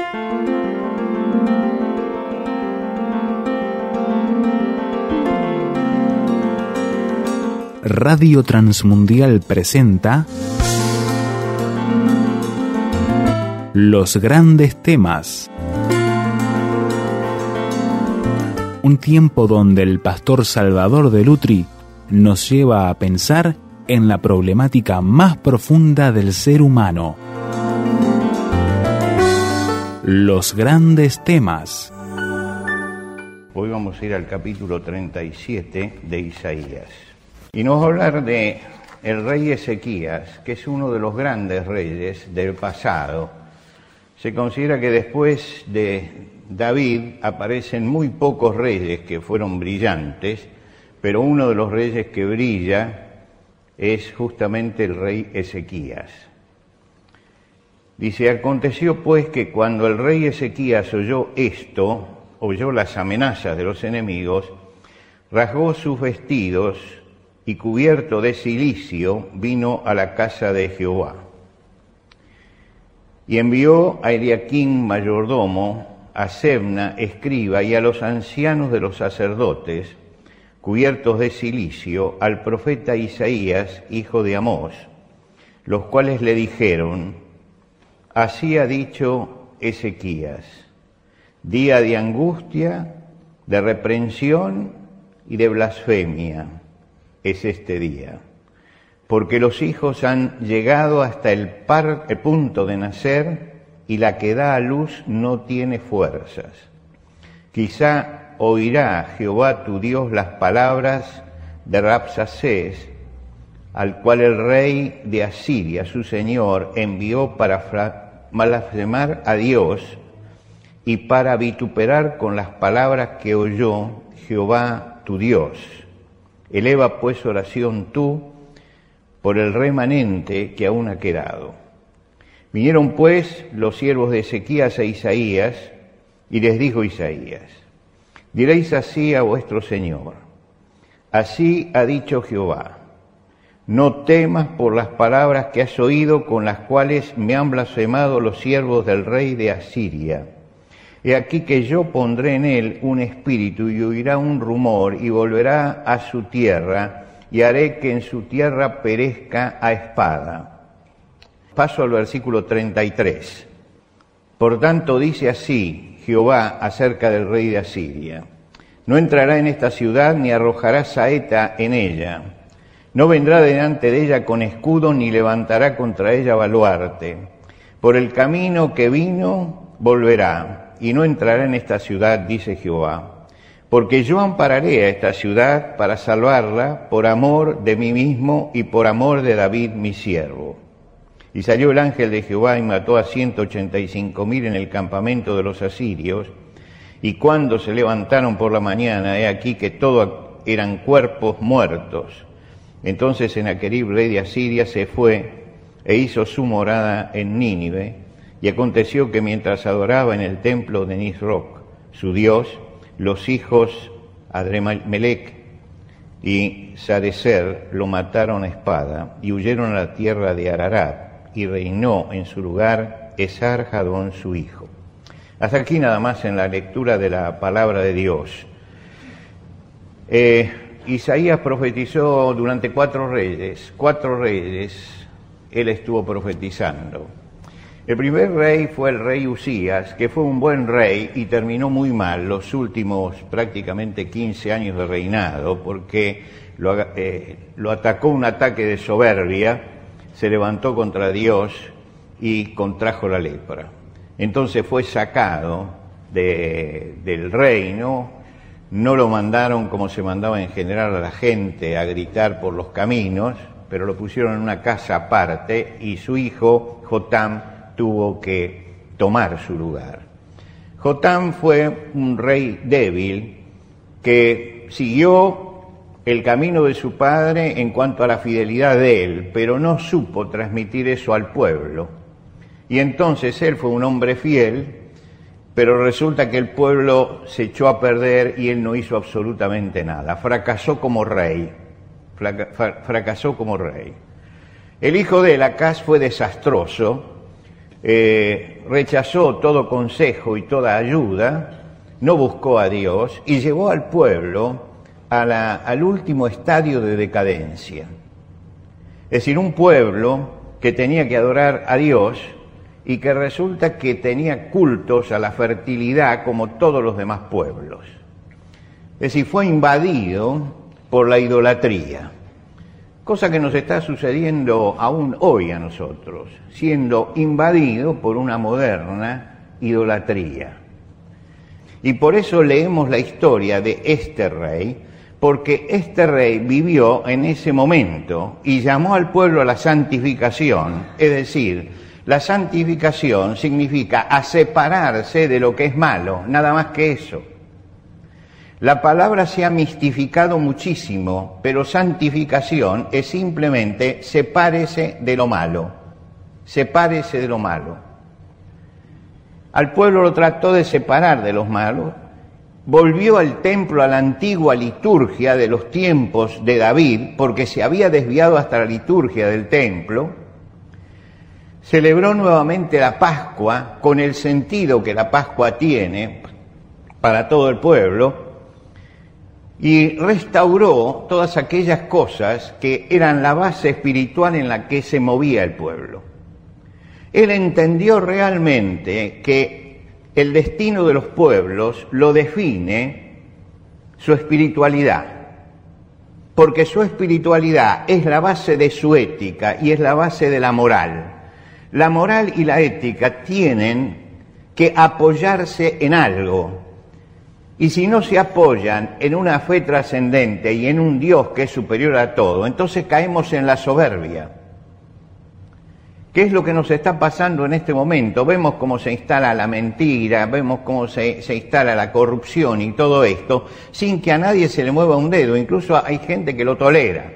Radio Transmundial presenta Los Grandes Temas. Un tiempo donde el pastor Salvador de Lutri nos lleva a pensar en la problemática más profunda del ser humano. Los Grandes Temas. Hoy vamos a ir al capítulo 37 de Isaías. Y nos va a hablar de el rey Ezequías, que es uno de los grandes reyes del pasado. Se considera que después de David aparecen muy pocos reyes que fueron brillantes, pero uno de los reyes que brilla es justamente el rey Ezequías. Dice: aconteció pues que cuando el rey Ezequías oyó esto, oyó las amenazas de los enemigos, rasgó sus vestidos y cubierto de cilicio vino a la casa de Jehová. Y envió a Eliaquim mayordomo, a Sebna escriba y a los ancianos de los sacerdotes, cubiertos de cilicio, al profeta Isaías, hijo de Amós, los cuales le dijeron: así ha dicho Ezequías, día de angustia, de reprensión y de blasfemia es este día, porque los hijos han llegado hasta el punto de nacer y la que da a luz no tiene fuerzas. Quizá oirá Jehová tu Dios las palabras de Rabsacés, al cual el rey de Asiria, su señor, envió para blasfemar a Dios y para vituperar con las palabras que oyó Jehová tu Dios. Eleva pues oración tú por el remanente que aún ha quedado. Vinieron pues los siervos de Ezequías a Isaías, y les dijo Isaías: diréis así a vuestro Señor, así ha dicho Jehová, no temas por las palabras que has oído, con las cuales me han blasfemado los siervos del rey de Asiria. He aquí que yo pondré en él un espíritu y oirá un rumor y volverá a su tierra, y haré que en su tierra perezca a espada. Paso al versículo 33. Por tanto dice así Jehová acerca del rey de Asiria: no entrará en esta ciudad ni arrojará saeta en ella, no vendrá delante de ella con escudo ni levantará contra ella baluarte. Por el camino que vino volverá y no entrará en esta ciudad, dice Jehová, porque yo ampararé a esta ciudad para salvarla por amor de mí mismo y por amor de David mi siervo. Y salió el ángel de Jehová y mató a 185,000 en el campamento de los asirios, y cuando se levantaron por la mañana, he aquí que todos eran cuerpos muertos. Entonces Sennacherib, rey de Asiria, se fue e hizo su morada en Nínive. Y aconteció que mientras adoraba en el templo de Nisroch, su dios, los hijos Adremelech y Sarecer lo mataron a espada y huyeron a la tierra de Ararat, y reinó en su lugar Esar-Hadón su hijo. Hasta aquí nada más en la lectura de la palabra de Dios. Isaías profetizó durante 4 reyes él estuvo profetizando. El primer rey fue el rey Usías, que fue un buen rey y terminó muy mal los últimos prácticamente 15 años de reinado, porque lo atacó un ataque de soberbia, se levantó contra Dios y contrajo la lepra. Entonces fue sacado del reino, no lo mandaron como se mandaba en general a la gente a gritar por los caminos, pero lo pusieron en una casa aparte y su hijo Jotam tuvo que tomar su lugar. Jotam fue un rey débil que siguió el camino de su padre en cuanto a la fidelidad de él, pero no supo transmitir eso al pueblo. Y entonces él fue un hombre fiel, pero resulta que el pueblo se echó a perder y él no hizo absolutamente nada. Fracasó como rey. El hijo de él, Acaz, fue desastroso, rechazó todo consejo y toda ayuda, no buscó a Dios y llevó al pueblo al último estadio de decadencia. Es decir, un pueblo que tenía que adorar a Dios y que resulta que tenía cultos a la fertilidad como todos los demás pueblos. Es decir, fue invadido por la idolatría, cosa que nos está sucediendo aún hoy a nosotros, siendo invadido por una moderna idolatría. Y por eso leemos la historia de este rey, porque este rey vivió en ese momento y llamó al pueblo a la santificación, es decir, la santificación significa a separarse de lo que es malo, nada más que eso. La palabra se ha mistificado muchísimo, pero santificación es simplemente sepárese de lo malo, sepárese de lo malo. Al pueblo lo trató de separar de los malos, volvió al templo, a la antigua liturgia de los tiempos de David, porque se había desviado hasta la liturgia del templo, celebró nuevamente la Pascua con el sentido que la Pascua tiene para todo el pueblo, y restauró todas aquellas cosas que eran la base espiritual en la que se movía el pueblo. Él entendió realmente que el destino de los pueblos lo define su espiritualidad, porque su espiritualidad es la base de su ética y es la base de la moral. La moral y la ética tienen que apoyarse en algo. Y si no se apoyan en una fe trascendente y en un Dios que es superior a todo, entonces caemos en la soberbia. ¿Qué es lo que nos está pasando en este momento? Vemos cómo se instala la mentira, vemos cómo se instala la corrupción y todo esto, sin que a nadie se le mueva un dedo, incluso hay gente que lo tolera.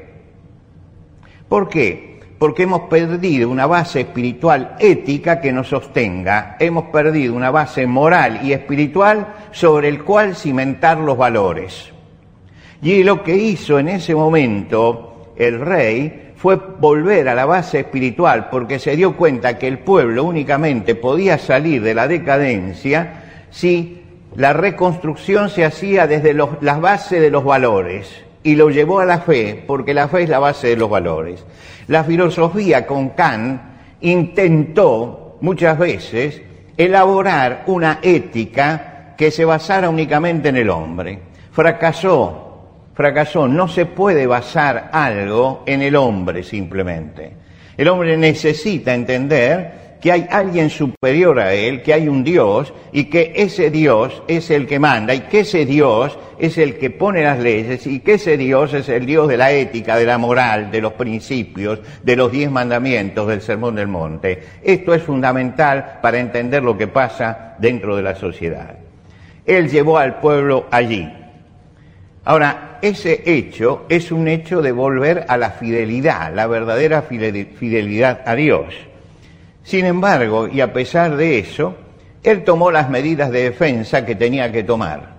¿Por qué? Porque hemos perdido una base espiritual ética que nos sostenga, hemos perdido una base moral y espiritual sobre el cual cimentar los valores. Y lo que hizo en ese momento el rey fue volver a la base espiritual, porque se dio cuenta que el pueblo únicamente podía salir de la decadencia si la reconstrucción se hacía desde las bases de los valores, y lo llevó a la fe, porque la fe es la base de los valores. La filosofía con Kant intentó muchas veces elaborar una ética que se basara únicamente en el hombre. Fracasó, no se puede basar algo en el hombre simplemente. El hombre necesita entender que hay alguien superior a él, que hay un Dios, y que ese Dios es el que manda, y que ese Dios es el que pone las leyes, y que ese Dios es el Dios de la ética, de la moral, de los principios, de los 10 mandamientos, del Sermón del Monte. Esto es fundamental para entender lo que pasa dentro de la sociedad. Él llevó al pueblo allí. Ahora, ese hecho es un hecho de volver a la fidelidad, la verdadera fidelidad a Dios. Sin embargo, y a pesar de eso, él tomó las medidas de defensa que tenía que tomar.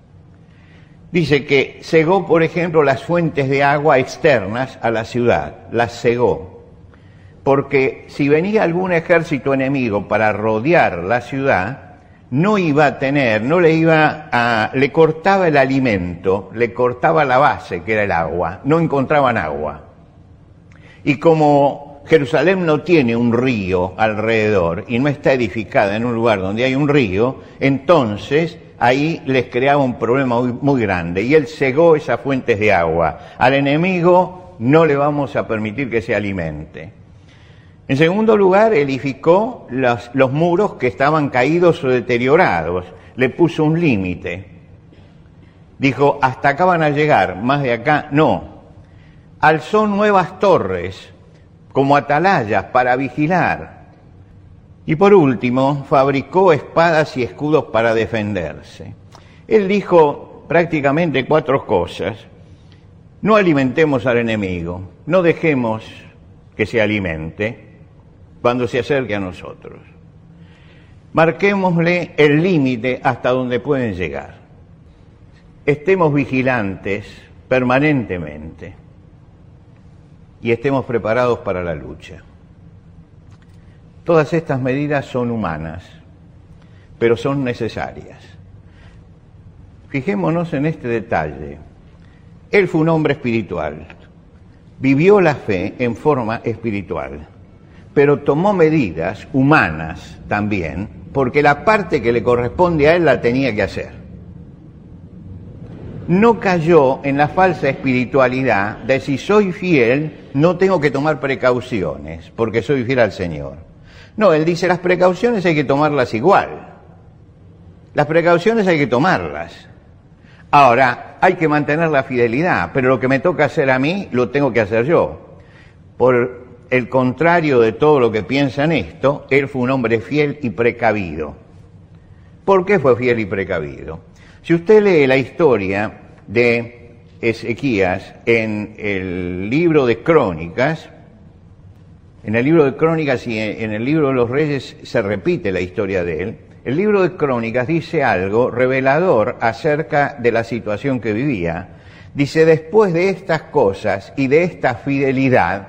Dice que cegó, por ejemplo, las fuentes de agua externas a la ciudad, las cegó, porque si venía algún ejército enemigo para rodear la ciudad, no iba a tener, le cortaba el alimento, le cortaba la base, que era el agua, no encontraban agua. Y como Jerusalén no tiene un río alrededor y no está edificada en un lugar donde hay un río, entonces ahí les creaba un problema muy grande, y él cegó esas fuentes de agua. Al enemigo no le vamos a permitir que se alimente. En segundo lugar, edificó los muros que estaban caídos o deteriorados, le puso un límite. Dijo, hasta acá van a llegar, más de acá no. Alzó nuevas torres como atalayas para vigilar. Y por último, fabricó espadas y escudos para defenderse. Él dijo prácticamente 4 cosas. No alimentemos al enemigo, no dejemos que se alimente cuando se acerque a nosotros. Marquémosle el límite hasta donde pueden llegar. Estemos vigilantes permanentemente y estemos preparados para la lucha. Todas estas medidas son humanas, pero son necesarias. Fijémonos en este detalle. Él fue un hombre espiritual, vivió la fe en forma espiritual, pero tomó medidas humanas también, porque la parte que le corresponde a él la tenía que hacer. No cayó en la falsa espiritualidad de si soy fiel, no tengo que tomar precauciones, porque soy fiel al Señor. No, él dice, las precauciones hay que tomarlas igual. Las precauciones hay que tomarlas. Ahora, hay que mantener la fidelidad, pero lo que me toca hacer a mí, lo tengo que hacer yo. Por el contrario de todo lo que piensan esto, él fue un hombre fiel y precavido. ¿Por qué fue fiel y precavido? Si usted lee la historia de Ezequías en el libro de Crónicas, y en el libro de los Reyes se repite la historia de él, el libro de Crónicas dice algo revelador acerca de la situación que vivía. Dice, después de estas cosas y de esta fidelidad,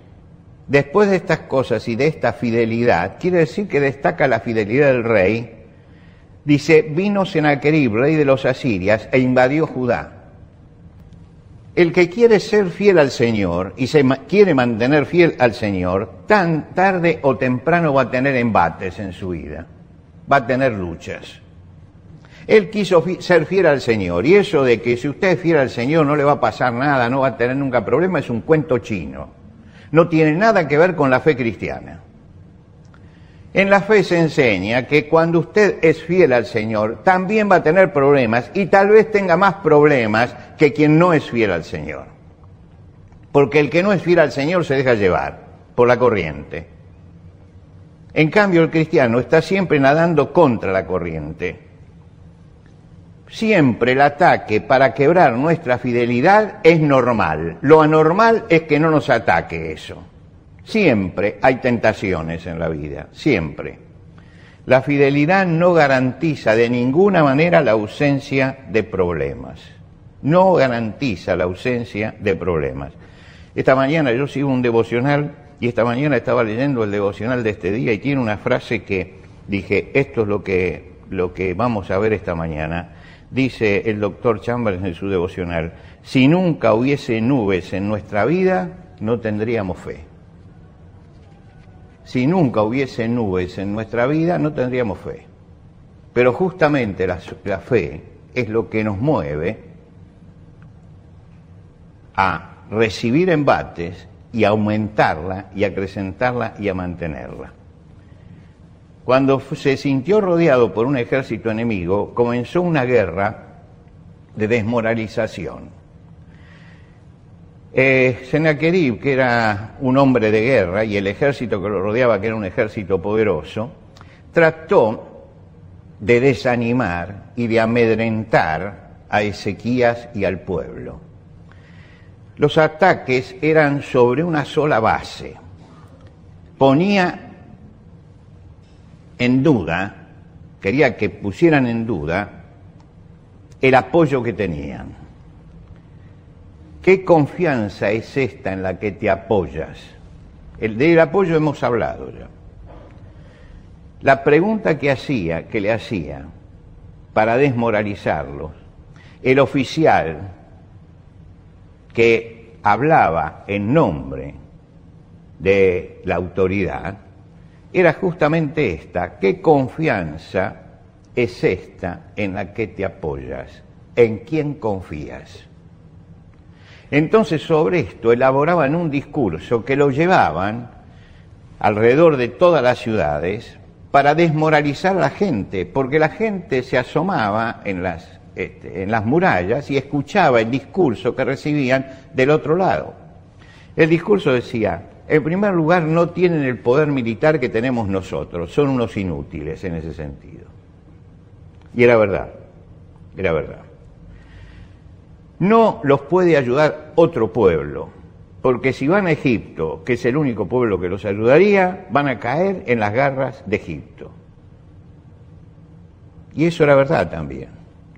quiere decir que destaca la fidelidad del rey. Dice, vino Sennacherib, rey de los asirias, e invadió Judá. El que quiere ser fiel al Señor y quiere mantener fiel al Señor, tan tarde o temprano va a tener embates en su vida, va a tener luchas. Él quiso ser fiel al Señor, y eso de que si usted es fiel al Señor no le va a pasar nada, no va a tener nunca problema, es un cuento chino. No tiene nada que ver con la fe cristiana. En la fe se enseña que cuando usted es fiel al Señor, también va a tener problemas, y tal vez tenga más problemas que quien no es fiel al Señor. Porque el que no es fiel al Señor se deja llevar por la corriente. En cambio, el cristiano está siempre nadando contra la corriente. Siempre el ataque para quebrar nuestra fidelidad es normal. Lo anormal es que no nos ataque eso. Siempre hay tentaciones en la vida, siempre. La fidelidad no garantiza de ninguna manera la ausencia de problemas. No garantiza la ausencia de problemas. Esta mañana yo sigo un devocional y esta mañana estaba leyendo el devocional de este día y tiene una frase que dije, esto es lo que vamos a ver esta mañana. Dice el doctor Chambers en su devocional, si nunca hubiese nubes en nuestra vida, no tendríamos fe. Si nunca hubiese nubes en nuestra vida, no tendríamos fe. Pero justamente la fe es lo que nos mueve a recibir embates y a aumentarla y a acrecentarla y a mantenerla. Cuando se sintió rodeado por un ejército enemigo, comenzó una guerra de desmoralización. Sennacherib, que era un hombre de guerra, y el ejército que lo rodeaba, que era un ejército poderoso, trató de desanimar y de amedrentar a Ezequías y al pueblo. Los ataques eran sobre una sola base. Ponía en duda, quería que pusieran en duda el apoyo que tenían. ¿Qué confianza es esta en la que te apoyas? Del apoyo hemos hablado ya. La pregunta que le hacía para desmoralizarlos, el oficial que hablaba en nombre de la autoridad, era justamente esta: ¿qué confianza es esta en la que te apoyas? ¿En quién confías? Entonces sobre esto elaboraban un discurso que lo llevaban alrededor de todas las ciudades para desmoralizar a la gente, porque la gente se asomaba en las murallas y escuchaba el discurso que recibían del otro lado. El discurso decía: en primer lugar, no tienen el poder militar que tenemos nosotros, son unos inútiles en ese sentido. Y era verdad, era verdad. No los puede ayudar otro pueblo, porque si van a Egipto, que es el único pueblo que los ayudaría, van a caer en las garras de Egipto. Y eso era verdad también.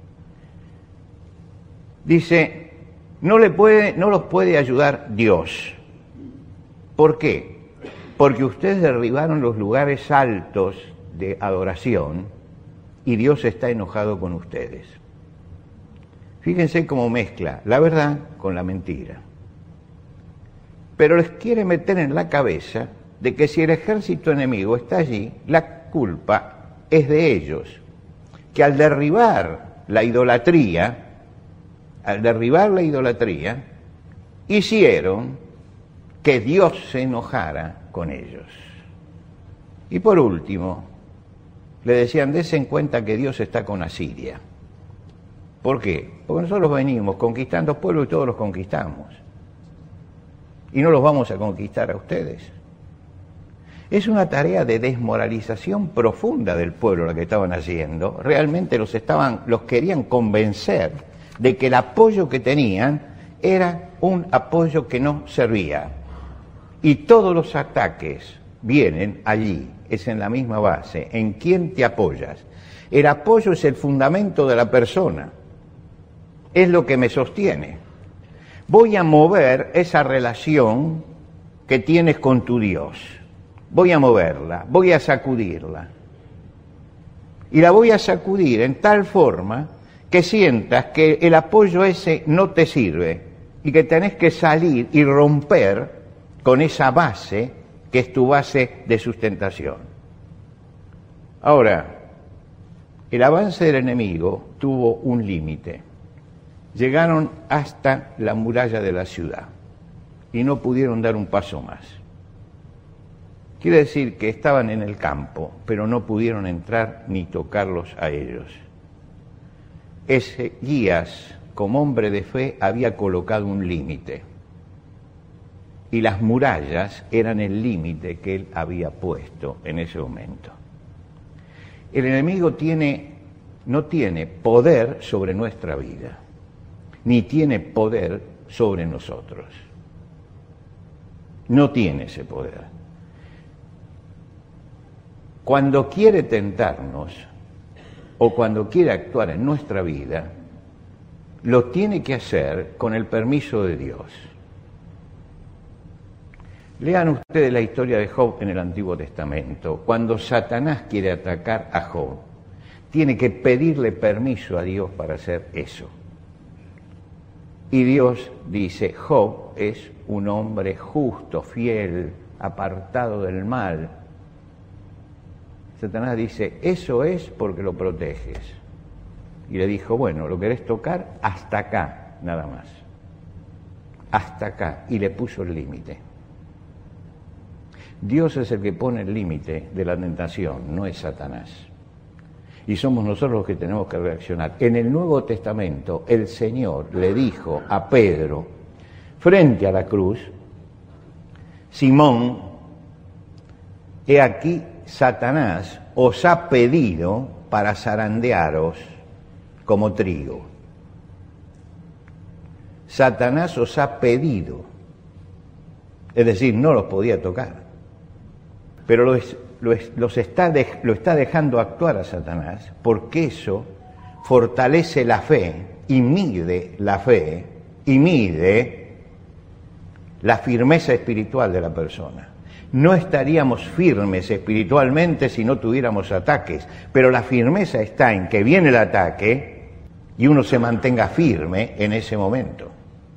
Dice, no los puede ayudar Dios. ¿Por qué? porque ustedes derribaron los lugares altos de adoración y Dios está enojado con ustedes. Fíjense cómo mezcla la verdad con la mentira. Pero les quiere meter en la cabeza de que si el ejército enemigo está allí, la culpa es de ellos, que al derribar la idolatría, hicieron que Dios se enojara con ellos. Y por último, le decían, dense en cuenta que Dios está con Asiria. ¿Por qué? Porque nosotros venimos conquistando pueblos y todos los conquistamos. Y no los vamos a conquistar a ustedes. Es una tarea de desmoralización profunda del pueblo la que estaban haciendo. Realmente los querían convencer de que el apoyo que tenían era un apoyo que no servía. Y todos los ataques vienen allí, es en la misma base, en quién te apoyas. El apoyo es el fundamento de la persona, es lo que me sostiene. Voy a mover esa relación que tienes con tu Dios. Voy a moverla, voy a sacudirla. Y la voy a sacudir en tal forma que sientas que el apoyo ese no te sirve y que tenés que salir y romper con esa base que es tu base de sustentación. Ahora, el avance del enemigo tuvo un límite. Llegaron hasta la muralla de la ciudad y no pudieron dar un paso más. Quiere decir que estaban en el campo, pero no pudieron entrar ni tocarlos a ellos. Ezequías, como hombre de fe, había colocado un límite. Y las murallas eran el límite que él había puesto en ese momento. El enemigo no tiene poder sobre nuestra vida, ni tiene poder sobre nosotros. No tiene ese poder. Cuando quiere tentarnos o cuando quiere actuar en nuestra vida, lo tiene que hacer con el permiso de Dios. Lean ustedes la historia de Job en el Antiguo Testamento. Cuando Satanás quiere atacar a Job, tiene que pedirle permiso a Dios para hacer eso. Y Dios dice, Job es un hombre justo, fiel, apartado del mal. Satanás dice, eso es porque lo proteges. Y le dijo, bueno, ¿lo querés tocar? Hasta acá, nada más. Hasta acá. Y le puso el límite. Dios es el que pone el límite de la tentación, no es Satanás. Y somos nosotros los que tenemos que reaccionar. En el Nuevo Testamento, el Señor le dijo a Pedro, frente a la cruz, Simón, he aquí Satanás os ha pedido para zarandearos como trigo. Satanás os ha pedido, es decir, no los podía tocar, pero lo está dejando actuar a Satanás, porque eso fortalece la fe y mide la fe y mide la firmeza espiritual de la persona. No estaríamos firmes espiritualmente si no tuviéramos ataques, pero la firmeza está en que viene el ataque y uno se mantenga firme en ese momento.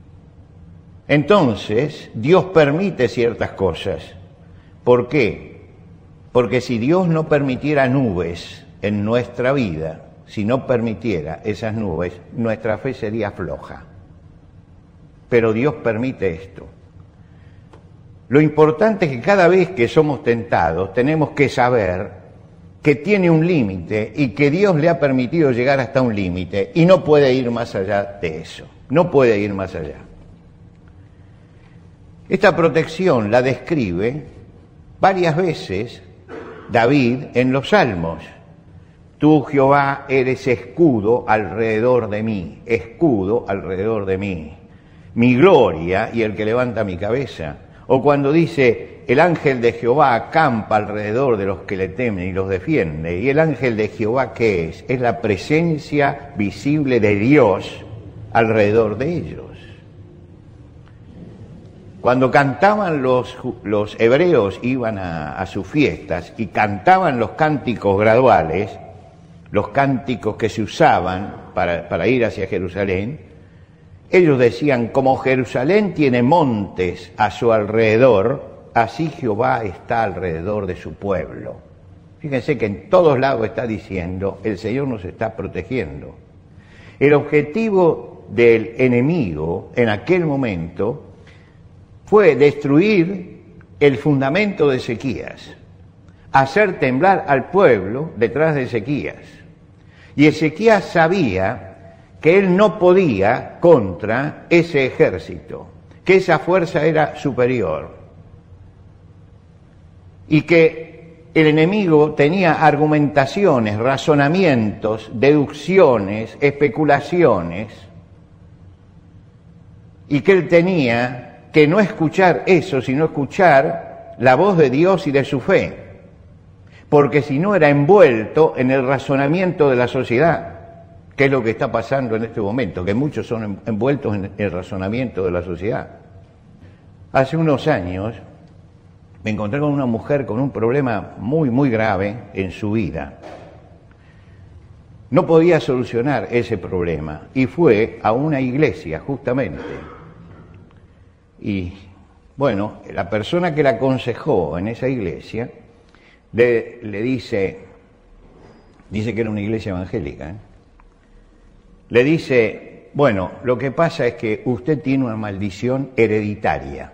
Entonces, Dios permite ciertas cosas. ¿Por qué? Porque si Dios no permitiera nubes en nuestra vida, si no permitiera esas nubes, nuestra fe sería floja. Pero Dios permite esto. Lo importante es que cada vez que somos tentados tenemos que saber que tiene un límite y que Dios le ha permitido llegar hasta un límite y no puede ir más allá de eso, no puede ir más allá. Esta protección la describe varias veces David en los Salmos. Tú, Jehová, eres escudo alrededor de mí, escudo alrededor de mí, mi gloria y el que levanta mi cabeza. O cuando dice, el ángel de Jehová acampa alrededor de los que le temen y los defiende. ¿Y el ángel de Jehová qué es? Es la presencia visible de Dios alrededor de ellos. Cuando cantaban los hebreos, iban a sus fiestas y cantaban los cánticos graduales, los cánticos que se usaban para ir hacia Jerusalén, ellos decían, como Jerusalén tiene montes a su alrededor, así Jehová está alrededor de su pueblo. Fíjense que en todos lados está diciendo, el Señor nos está protegiendo. El objetivo del enemigo en aquel momento fue destruir el fundamento de Ezequías, hacer temblar al pueblo detrás de Ezequías. Y Ezequías sabía que él no podía contra ese ejército, que esa fuerza era superior y que el enemigo tenía argumentaciones, razonamientos, deducciones, especulaciones, y que él tenía que no escuchar eso, sino escuchar la voz de Dios y de su fe, porque si no era envuelto en el razonamiento de la sociedad, que es lo que está pasando en este momento, que muchos son envueltos en el razonamiento de la sociedad. Hace unos años me encontré con una mujer con un problema muy, muy grave en su vida. No podía solucionar ese problema y fue a una iglesia justamente. Y bueno, la persona que la aconsejó en esa iglesia le dice que era una iglesia evangélica, le dice, bueno, lo que pasa es que usted tiene una maldición hereditaria.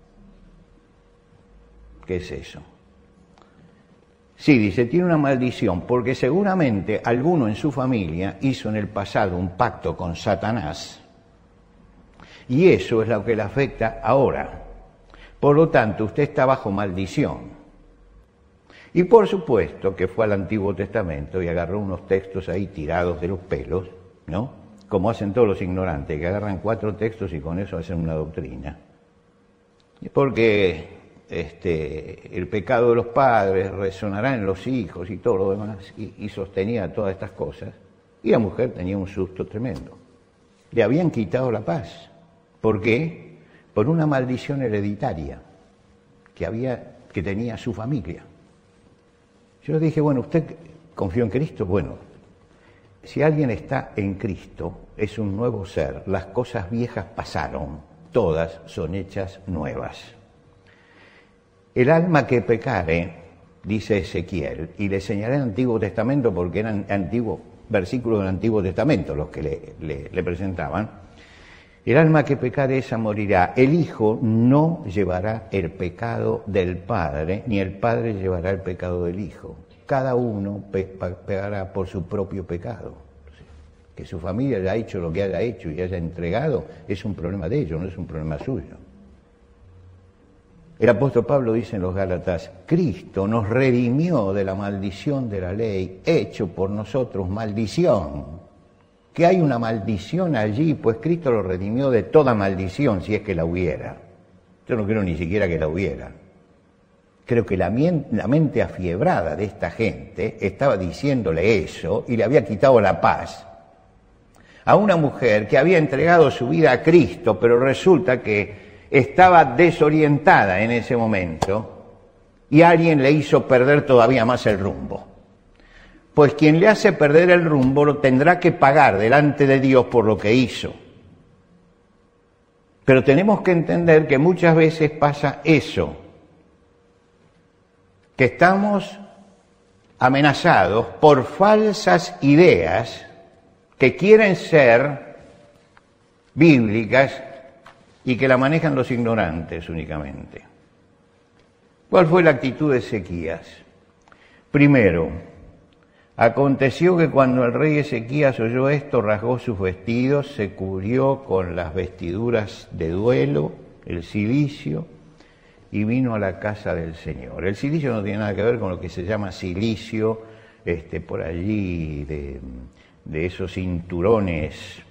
¿Qué es eso? Sí, dice, tiene una maldición, porque seguramente alguno en su familia hizo en el pasado un pacto con Satanás, y eso es lo que le afecta ahora. Por lo tanto, usted está bajo maldición. Y por supuesto que fue al Antiguo Testamento y agarró unos textos ahí tirados de los pelos, ¿no? Como hacen todos los ignorantes, que agarran 4 textos y con eso hacen una doctrina. Porque el pecado de los padres resonará en los hijos y todo lo demás, y sostenía todas estas cosas. Y la mujer tenía un susto tremendo. Le habían quitado la paz. ¿Por qué? Por una maldición hereditaria que tenía su familia. Yo le dije, bueno, ¿usted confió en Cristo? Bueno, si alguien está en Cristo, es un nuevo ser. Las cosas viejas pasaron, todas son hechas nuevas. El alma que pecare, dice Ezequiel, y le señalé el Antiguo Testamento porque eran antiguos versículos del Antiguo Testamento los que le presentaban. El alma que pecare, esa morirá. El Hijo no llevará el pecado del Padre, ni el Padre llevará el pecado del Hijo. Cada uno pegará por su propio pecado. Que su familia haya hecho lo que haya hecho y haya entregado, es un problema de ellos, no es un problema suyo. El apóstol Pablo dice en los Gálatas, Cristo nos redimió de la maldición de la ley, hecho por nosotros maldición. Que hay una maldición allí, pues Cristo lo redimió de toda maldición, si es que la hubiera. Yo no creo ni siquiera que la hubiera. Creo que la mente afiebrada de esta gente estaba diciéndole eso y le había quitado la paz a una mujer que había entregado su vida a Cristo, pero resulta que estaba desorientada en ese momento y alguien le hizo perder todavía más el rumbo. Pues quien le hace perder el rumbo lo tendrá que pagar delante de Dios por lo que hizo. Pero tenemos que entender que muchas veces pasa eso, que estamos amenazados por falsas ideas que quieren ser bíblicas y que la manejan los ignorantes únicamente. ¿Cuál fue la actitud de Ezequías? Primero, aconteció que cuando el rey Ezequías oyó esto, rasgó sus vestidos, se cubrió con las vestiduras de duelo, el cilicio, y vino a la casa del Señor. El cilicio no tiene nada que ver con lo que se llama cilicio, por allí, de esos cinturones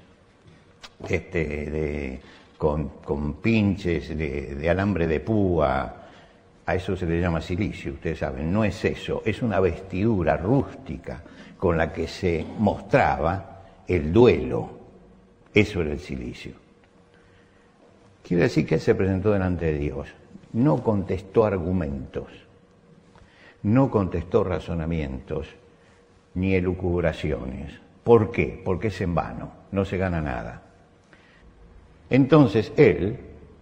con pinches de alambre de púa. A eso se le llama cilicio, ustedes saben, no es eso, es una vestidura rústica con la que se mostraba el duelo. Eso era el cilicio. Quiere decir que él se presentó delante de Dios. No contestó argumentos, no contestó razonamientos, ni elucubraciones. ¿Por qué? Porque es en vano, no se gana nada. Entonces él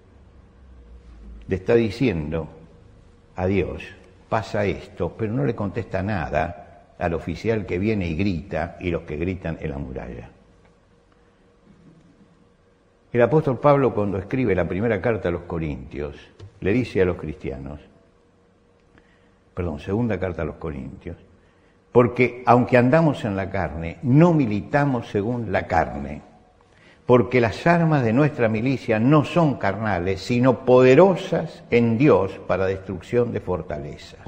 le está diciendo a Dios, pasa esto, pero no le contesta nada al oficial que viene y grita, y los que gritan en la muralla. El apóstol Pablo, cuando escribe la primera carta a los Corintios, le dice a los cristianos, segunda carta a los Corintios, porque aunque andamos en la carne, no militamos según la carne, porque las armas de nuestra milicia no son carnales, sino poderosas en Dios para destrucción de fortalezas.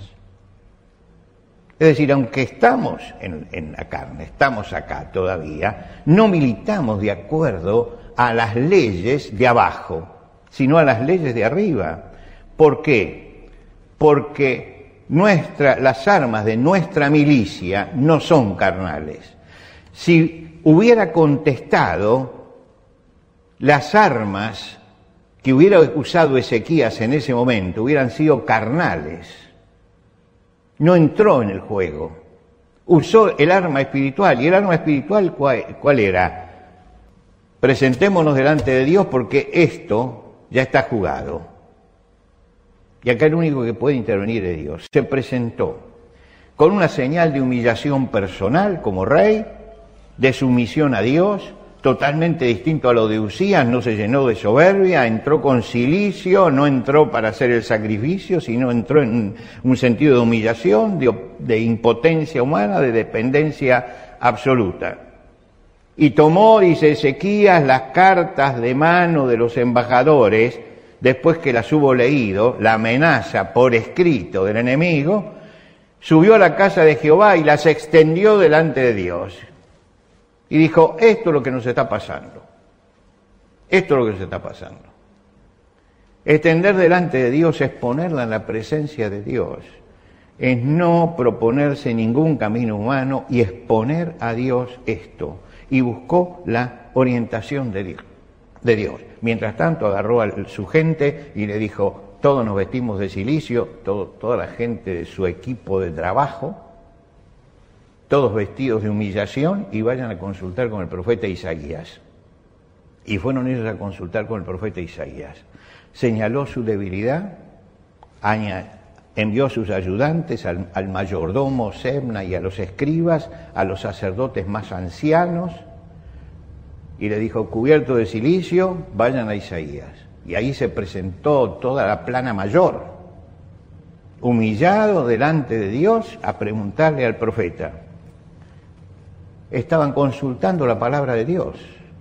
Es decir, aunque estamos en la carne, estamos acá todavía, no militamos de acuerdo a las leyes de abajo, sino a las leyes de arriba. ¿Por qué? Porque las armas de nuestra milicia no son carnales. Si hubiera contestado, las armas que hubiera usado Ezequías en ese momento hubieran sido carnales. No entró en el juego. Usó el arma espiritual. ¿Y el arma espiritual cuál era? Presentémonos delante de Dios porque esto ya está jugado. Y acá el único que puede intervenir es Dios. Se presentó con una señal de humillación personal como rey, de sumisión a Dios, totalmente distinto a lo de Usías, no se llenó de soberbia, entró con cilicio, no entró para hacer el sacrificio, sino entró en un sentido de humillación, de impotencia humana, de dependencia absoluta. Y tomó, dice Ezequías, las cartas de mano de los embajadores, después que las hubo leído, la amenaza por escrito del enemigo, subió a la casa de Jehová y las extendió delante de Dios. Y dijo, esto es lo que nos está pasando. Esto es lo que nos está pasando. Extender delante de Dios es ponerla en la presencia de Dios. Es no proponerse ningún camino humano y exponer a Dios esto. Y buscó la orientación de Dios. Mientras tanto agarró a su gente y le dijo, todos nos vestimos de cilicio, toda la gente de su equipo de trabajo, todos vestidos de humillación, y vayan a consultar con el profeta Isaías. Y fueron ellos a consultar con el profeta Isaías. Señaló su debilidad, envió a sus ayudantes, al mayordomo Sebna y a los escribas, a los sacerdotes más ancianos, y le dijo, cubierto de cilicio, vayan a Isaías. Y ahí se presentó toda la plana mayor, humillado delante de Dios, a preguntarle al profeta. Estaban consultando la palabra de Dios,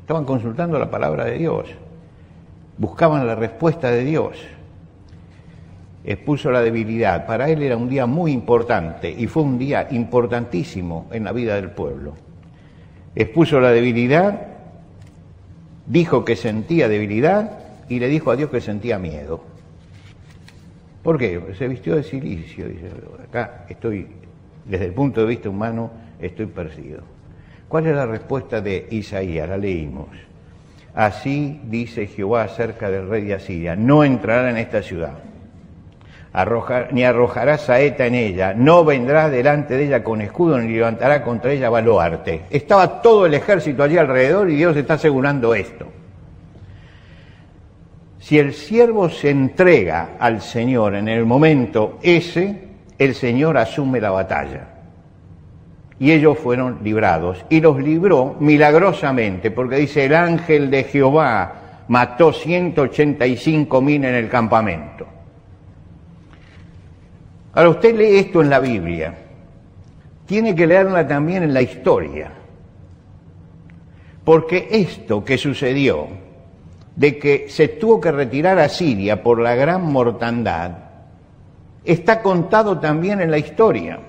buscaban la respuesta de Dios. Expuso la debilidad. Para él era un día muy importante y fue un día importantísimo en la vida del pueblo. Expuso la debilidad, dijo que sentía debilidad y le dijo a Dios que sentía miedo. ¿Por qué? Se vistió de cilicio, dice, acá estoy, desde el punto de vista humano, estoy perdido. ¿Cuál es la respuesta de Isaías? La leímos. Así dice Jehová acerca del rey de Asiria, no entrará en esta ciudad, ni arrojará saeta en ella, no vendrá delante de ella con escudo, ni levantará contra ella baluarte. Estaba todo el ejército allí alrededor y Dios está asegurando esto. Si el siervo se entrega al Señor en el momento ese, el Señor asume la batalla. Y ellos fueron librados, y los libró milagrosamente, porque dice, el ángel de Jehová mató 185,000 en el campamento. Ahora usted lee esto en la Biblia, tiene que leerla también en la historia, porque esto que sucedió, de que se tuvo que retirar a Siria por la gran mortandad, está contado también en la historia.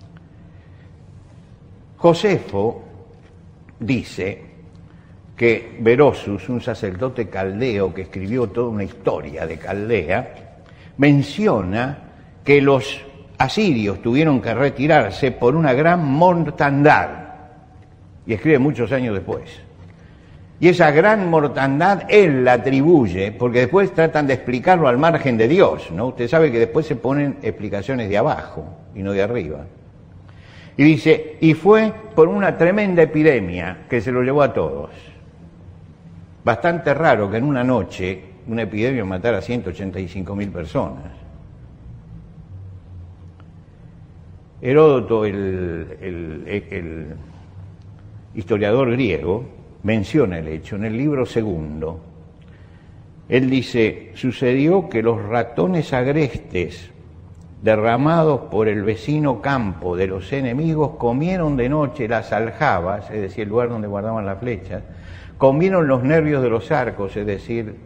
Josefo dice que Berosus, un sacerdote caldeo que escribió toda una historia de Caldea, menciona que los asirios tuvieron que retirarse por una gran mortandad, y escribe muchos años después. Y esa gran mortandad él la atribuye, porque después tratan de explicarlo al margen de Dios, ¿no? Usted sabe que después se ponen explicaciones de abajo y no de arriba. Y dice, y fue por una tremenda epidemia que se lo llevó a todos. Bastante raro que en una noche una epidemia matara a 185.000 personas. Heródoto, el historiador griego, menciona el hecho en el libro segundo. Él dice, sucedió que los ratones agrestes derramados por el vecino campo de los enemigos comieron de noche las aljabas, es decir, el lugar donde guardaban las flechas, comieron los nervios de los arcos, es decir,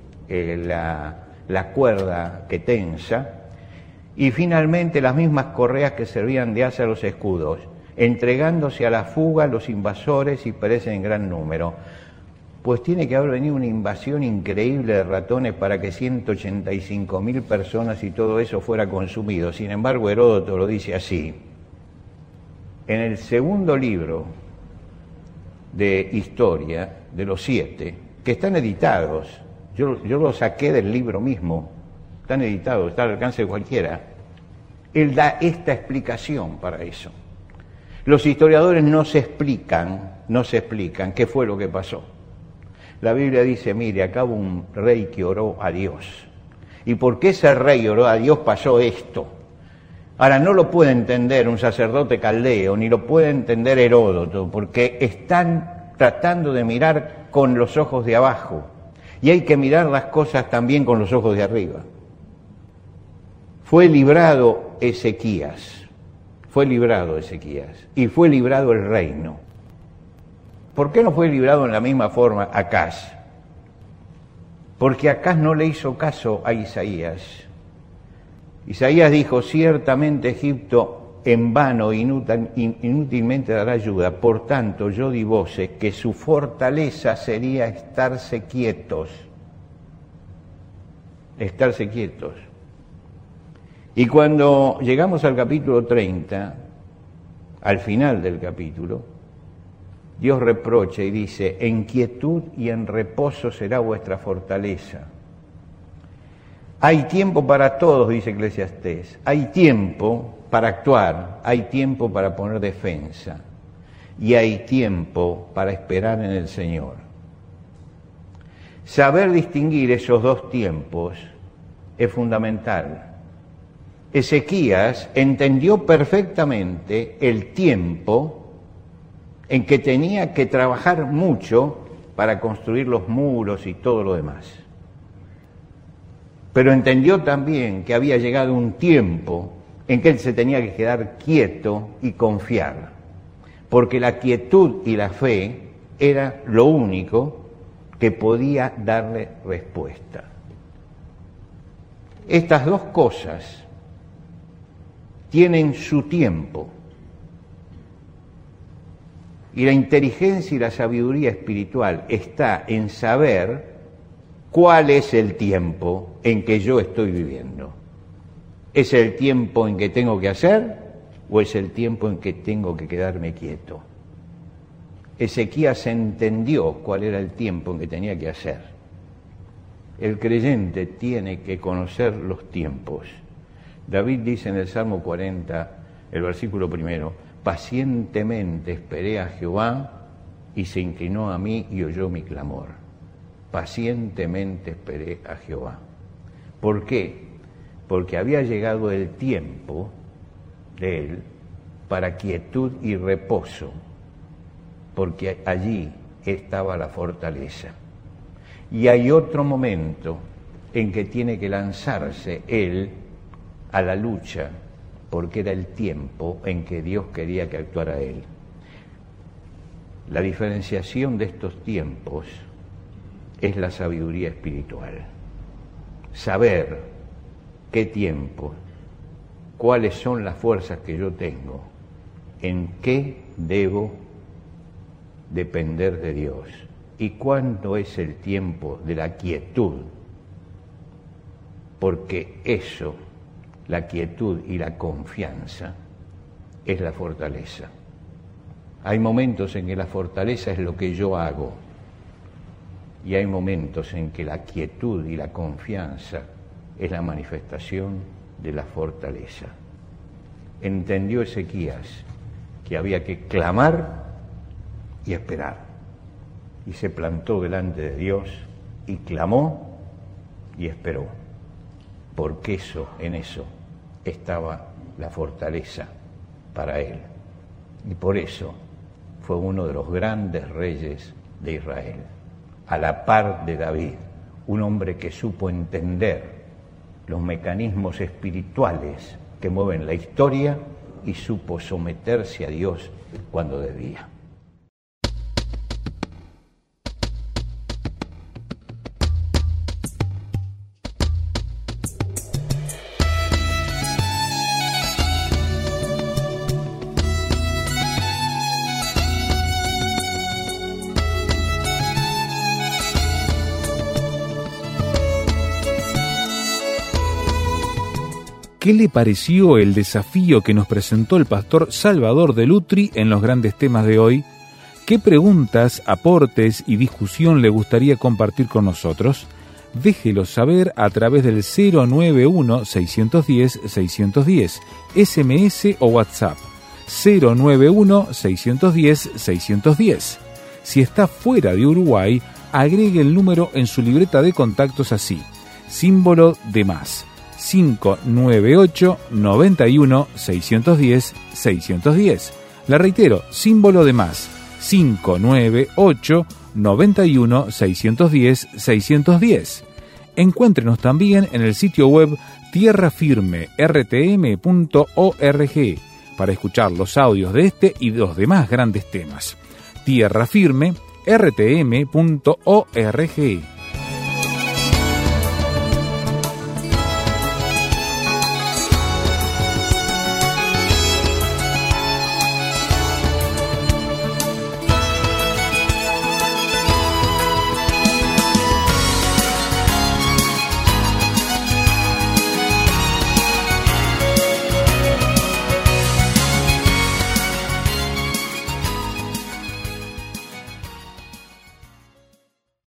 la cuerda que tensa, y finalmente las mismas correas que servían de asa a los escudos, entregándose a la fuga los invasores y perecen en gran número. Pues tiene que haber venido una invasión increíble de ratones para que 185.000 personas y todo eso fuera consumido. Sin embargo, Heródoto lo dice así. En el segundo libro de historia, de los 7, que están editados, yo los saqué del libro mismo, están editados, está al alcance de cualquiera, él da esta explicación para eso. Los historiadores no se explican qué fue lo que pasó. La Biblia dice, mire, acá hubo un rey que oró a Dios. Y porque ese rey oró a Dios pasó esto. Ahora, no lo puede entender un sacerdote caldeo, ni lo puede entender Heródoto, porque están tratando de mirar con los ojos de abajo. Y hay que mirar las cosas también con los ojos de arriba. Fue librado Ezequías, y fue librado el reino. ¿Por qué no fue librado en la misma forma Acaz? Porque Acaz no le hizo caso a Isaías. Isaías dijo, ciertamente Egipto en vano inútilmente dará ayuda, por tanto yo di voces que su fortaleza sería estarse quietos. Y cuando llegamos al capítulo 30, al final del capítulo, Dios reprocha y dice, en quietud y en reposo será vuestra fortaleza. Hay tiempo para todos, dice Eclesiastés. Hay tiempo para actuar, hay tiempo para poner defensa y hay tiempo para esperar en el Señor. Saber distinguir esos dos tiempos es fundamental. Ezequías entendió perfectamente el tiempo en que tenía que trabajar mucho para construir los muros y todo lo demás. Pero entendió también que había llegado un tiempo en que él se tenía que quedar quieto y confiar, porque la quietud y la fe era lo único que podía darle respuesta. Estas dos cosas tienen su tiempo. Y la inteligencia y la sabiduría espiritual está en saber cuál es el tiempo en que yo estoy viviendo. ¿Es el tiempo en que tengo que hacer o es el tiempo en que tengo que quedarme quieto? Ezequías entendió cuál era el tiempo en que tenía que hacer. El creyente tiene que conocer los tiempos. David dice en el Salmo 40, el versículo 1, pacientemente esperé a Jehová y se inclinó a mí y oyó mi clamor. Pacientemente esperé a Jehová. ¿Por qué? Porque había llegado el tiempo de él para quietud y reposo, porque allí estaba la fortaleza. Y hay otro momento en que tiene que lanzarse él a la lucha, porque era el tiempo en que Dios quería que actuara él. La diferenciación de estos tiempos es la sabiduría espiritual. Saber qué tiempo, cuáles son las fuerzas que yo tengo, en qué debo depender de Dios y cuándo es el tiempo de la quietud, porque eso, la quietud y la confianza, es la fortaleza. Hay momentos en que la fortaleza es lo que yo hago, Y hay momentos en que la quietud y la confianza es la manifestación de la fortaleza. Entendió Ezequías que había que clamar y esperar. Y se plantó delante de Dios y clamó y esperó. Porque en eso estaba la fortaleza para él. Y por eso fue uno de los grandes reyes de Israel, a la par de David, un hombre que supo entender los mecanismos espirituales que mueven la historia y supo someterse a Dios cuando debía. ¿Qué le pareció el desafío que nos presentó el pastor Salvador de Lutri en los grandes temas de hoy? ¿Qué preguntas, aportes y discusión le gustaría compartir con nosotros? Déjelo saber a través del 091-610-610, SMS o WhatsApp, 091-610-610. Si está fuera de Uruguay, agregue el número en su libreta de contactos así, símbolo de más, 598 91 610 610. La reitero, símbolo de más, 598 91 610 610. Encuéntrenos también en el sitio web tierrafirmertm.org para escuchar los audios de este y los demás grandes temas. tierrafirmertm.org.